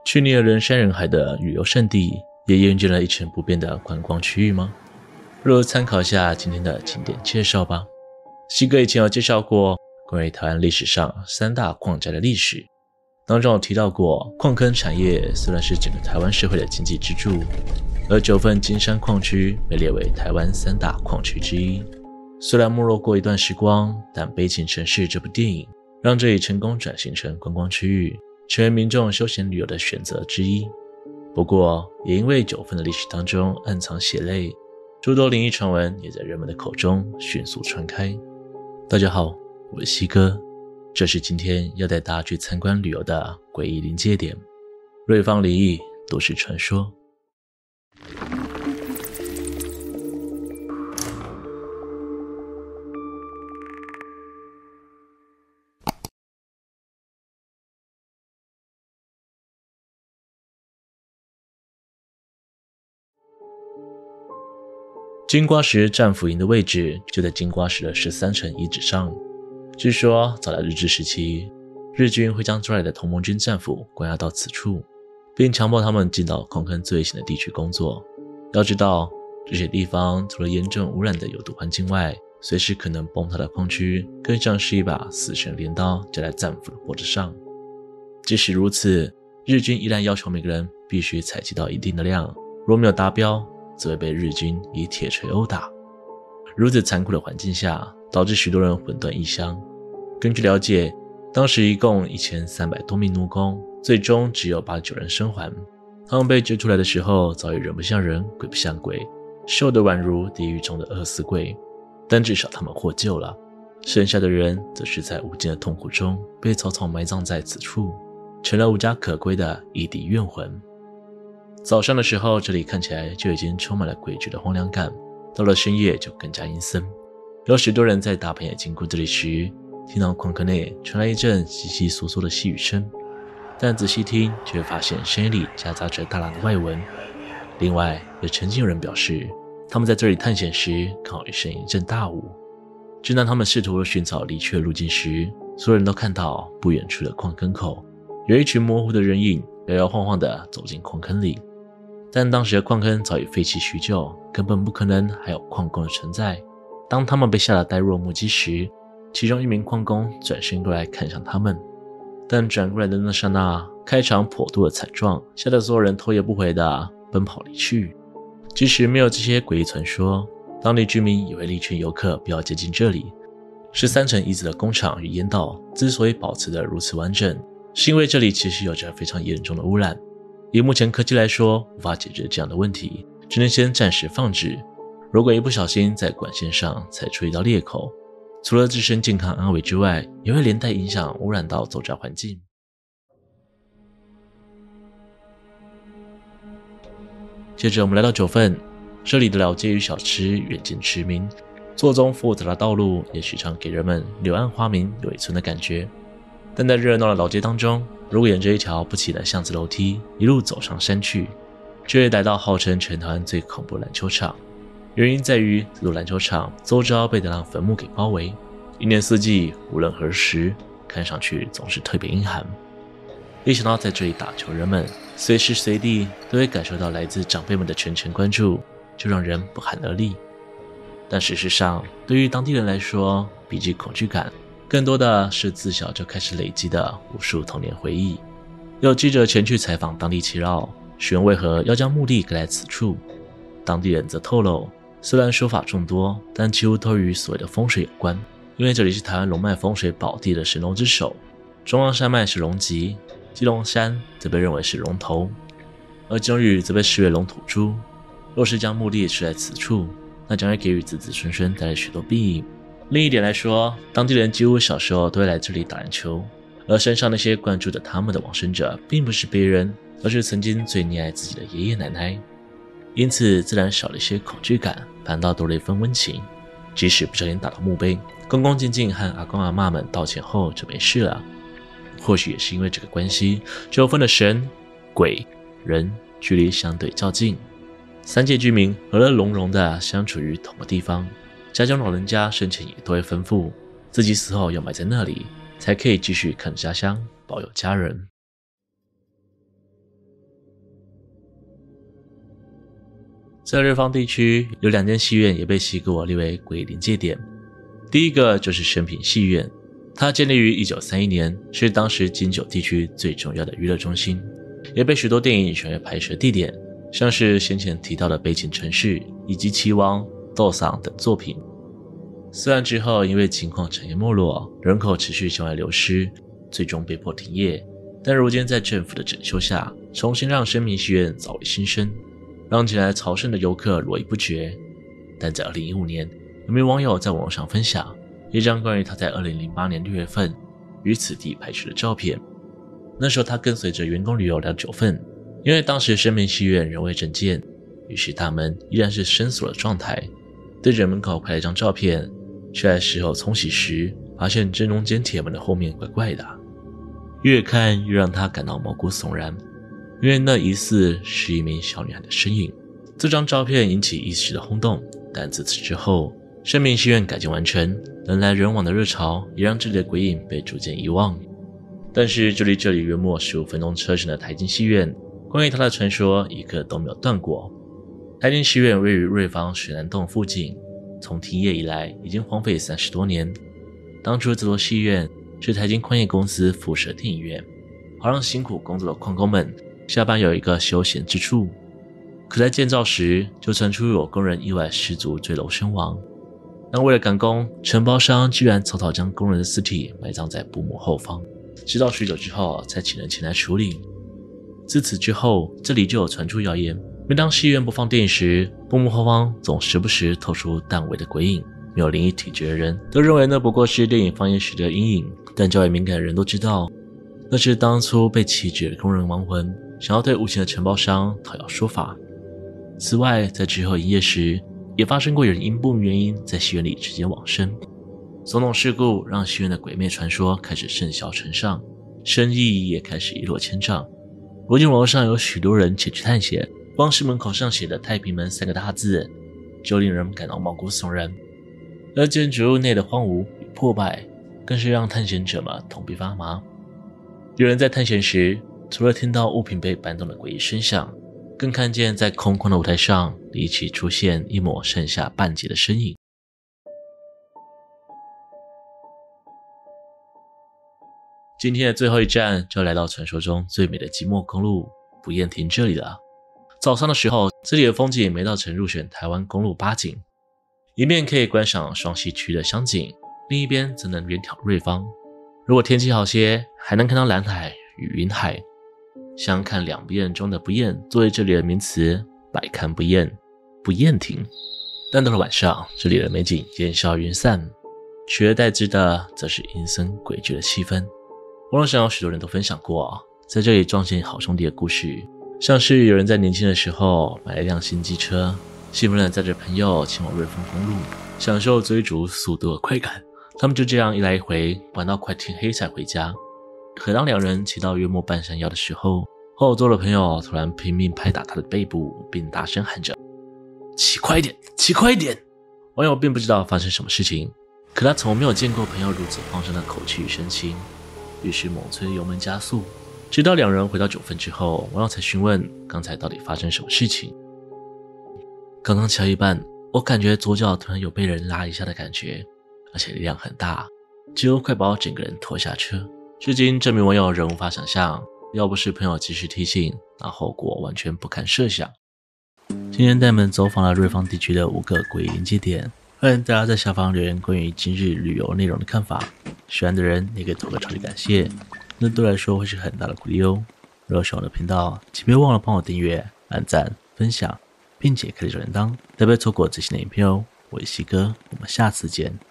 去年人山人海的旅游胜地，也厌倦了一成不变的观光区域吗？不如参考一下今天的景点介绍吧。西哥以前有介绍过关于台湾历史上三大矿宅的历史，当中有提到过，矿坑产业虽然是整个台湾社会的经济支柱，而九份金山矿区被列为台湾三大矿区之一。虽然没落过一段时光，但《悲情城市》这部电影让这里成功转型成观光区域，成为民众休闲旅游的选择之一。不过，也因为九份的历史当中暗藏血泪，诸多灵异传闻也在人们的口中迅速传开。大家好，我是西哥，这是今天要带大家去参观旅游的诡异临界点——瑞芳灵异都市传说。金瓜石战俘营的位置就在金瓜石的13层遗址上。据说早在日治时期，日军会将抓来的同盟军战俘关押到此处，并强迫他们进到矿坑最危险的地区工作。要知道，这些地方除了严重污染的有毒环境外，随时可能崩塌的矿区更像是一把死神镰刀架在战俘的脖子上。即使如此，日军依然要求每个人必须采集到一定的量，若没有达标，则会被日军以铁锤殴打。如此残酷的环境下，导致许多人魂断异乡。根据了解，当时一共1300多名奴工，最终只有89人生还。他们被救出来的时候，早已人不像人，鬼不像鬼，瘦得宛如地狱中的饿死鬼。但至少他们获救了，剩下的人则是在无尽的痛苦中被草草埋葬在此处，成了无家可归的异地怨魂。早上的时候，这里看起来就已经充满了诡谲的荒凉感，到了深夜就更加阴森。有许多人在大半夜经过这里时，听到矿坑内传来一阵窸窸窣窣的细语声，但仔细听却会发现声音里夹杂着大量的外文。另外，也曾经有人表示，他们在这里探险时刚好遇上一阵大雾。正当他们试图寻找离去的路径时，所有人都看到不远处的矿坑口有一群模糊的人影摇摇晃晃地走进矿坑里。但当时的矿坑早已废弃许久，根本不可能还有矿工的存在。当他们被吓得呆若木鸡时，其中一名矿工转身过来看向他们，但转过来的那刹那，开场颇多的惨状吓得所有人头也不回地奔跑离去。即使没有这些诡异传说，当地居民也会力劝游客不要接近这里。13层遗址的工厂与烟道之所以保持得如此完整，是因为这里其实有着非常严重的污染。以目前科技来说，无法解决这样的问题，只能先暂时放置。如果一不小心在管线上踩出一道裂口，除了自身健康安危之外，也会连带影响污染到周遭环境。接着我们来到九份，这里的老街与小吃远近驰名，错综复杂的道路也时常给人们柳暗花明又一村的感觉。但在热闹的老街当中，如果沿着一条不起的巷子楼梯一路走上山去，就会来到号称全台湾最恐怖的篮球场。原因在于这座篮球场周遭被大量坟墓给包围，一年四季无论何时，看上去总是特别阴寒。一想到在这里打球人们随时随地都会感受到来自长辈们的全程关注，就让人不寒而栗。但事实上，对于当地人来说，比起恐惧感，更多的是自小就开始累积的无数童年回忆。有记者前去采访当地耆老，询问为何要将墓地盖在此处。当地人则透露，虽然说法众多，但几乎都与所谓的风水有关。因为这里是台湾龙脉风水宝地的神龙之首，中央山脉是龙脊，基隆山则被认为是龙头，而金屿则被视为龙土珠。若是将墓地设在此处，那将会给予子子孙孙带来许多裨益。另一点来说，当地人几乎小时候都会来这里打篮球，而身上那些关注着他们的往生者并不是别人，而是曾经最溺爱自己的爷爷奶奶，因此自然少了一些恐惧感，反倒多了一份温情。即使不小心打到墓碑，恭恭敬敬和阿公阿嬷们道歉后就没事了。或许也是因为这个关系，九份的神、鬼、人距离相对较近，三界居民和乐融融地相处于同个地方。家中老人家生前也都会吩咐自己死后要埋在那里，才可以继续看着家乡，保有家人。 在瑞芳地区有2间戏院也被西果列为诡异临界点。第一个就是升平戏院，它建立于1931年，是当时金九地区最重要的娱乐中心，也被许多电影选为拍摄地点，像是先前提到的《悲情城市》以及《棋王》、《斗丧》等作品。虽然之后因为情况产业没落，人口持续向外流失，最终被迫停业，但如今在政府的整修下，重新让升平戏院早为新生，让前来朝圣的游客络绎不绝。但在2015年，有名网友在网络上分享一张关于他在2008年6月份于此地拍摄的照片。那时候他跟随着员工旅游聊9份，因为当时升平戏院仍未整建，于是大门依然是深锁的状态。对着门口拍了一张照片，却在事后冲洗时发现正中间铁门的后面怪怪的，越看越让他感到毛骨悚然，因为那疑似是一名小女孩的身影。这张照片引起一时的轰动，但自此之后，升平戏院改建完成，人来人往的热潮也让这里的鬼影被逐渐遗忘。但是就离这里约莫15分钟车程的台金戏院，关于它的传说一刻都没有断过。台金戏院位于瑞芳水南洞附近，从停业以来已经荒废30多年。当初这座戏院是台金矿业公司附设电影院，好让辛苦工作的矿工们下班有一个休闲之处。可在建造时就传出有工人意外失足坠楼身亡，但为了赶工，承包商居然草草将工人的尸体埋葬在布幕后方，直到许久之后才请人前来处理。自此之后，这里就有传出谣言，每当戏院播放电影时，布幕后方总时不时透出淡微的鬼影。没有灵异体质的人都认为那不过是电影放映时的阴影，但较为敏感的人都知道，那是当初被弃置的工人亡魂想要对无情的承包商讨要说法。此外，在之后营业时，也发生过有人因不明原因在戏院里直接往生。种种事故让戏院的鬼魅传说开始甚嚣尘上，生意也开始一落千丈。如今网络上有许多人前去探险，光是门口上写的太平门3个大字就令人感到毛骨悚然，而建筑物内的荒芜与破败更是让探险者们头皮发麻。有人在探险时，除了听到物品被搬动的诡异声响，更看见在空旷的舞台上离奇出现一抹剩下半截的身影。今天的最后一站就来到传说中最美的即墨公路不厌亭这里了。早上的时候，这里的风景美到曾入选台湾公路8景，一面可以观赏双溪区的乡景，另一边则能远眺瑞芳。如果天气好些，还能看到蓝海与云海。相看两不厌中的不厌，作为这里的名词，百看不厌，不厌亭。但到了晚上，这里的美景烟消云散，取而代之的则是阴森诡谲的气氛。网络上有许多人都分享过在这里撞见好兄弟的故事，像是有人在年轻的时候买了一辆新机车，兴奋地载着朋友前往瑞丰公路，享受追逐速度的快感。他们就这样一来一回玩到快天黑才回家。可当两人骑到约莫半山腰的时候，后座的朋友突然拼命拍打他的背部，并大声喊着：“骑快一点，骑快一点！”网友并不知道发生什么事情，可他从没有见过朋友如此慌张的口气与神情，于是猛催油门加速。直到两人回到9份之后，网友才询问刚才到底发生什么事情。刚刚骑到一半，我感觉左脚突然有被人拉一下的感觉，而且力量很大，几乎快把我整个人拖下车。至今这名网友仍无法想象，要不是朋友及时提醒，那后果完全不堪设想。今天带你们走访了瑞芳地区的5个诡异临界点，欢迎大家在下方留言关于今日旅游内容的看法，喜欢的人也可以投个超级感谢，那对我来说会是很大的鼓励哦。如果喜欢我的频道，请别忘了帮我订阅、按赞、分享，并且开启小铃铛，才不会错过最新的影片哦。我是西哥，我们下次见。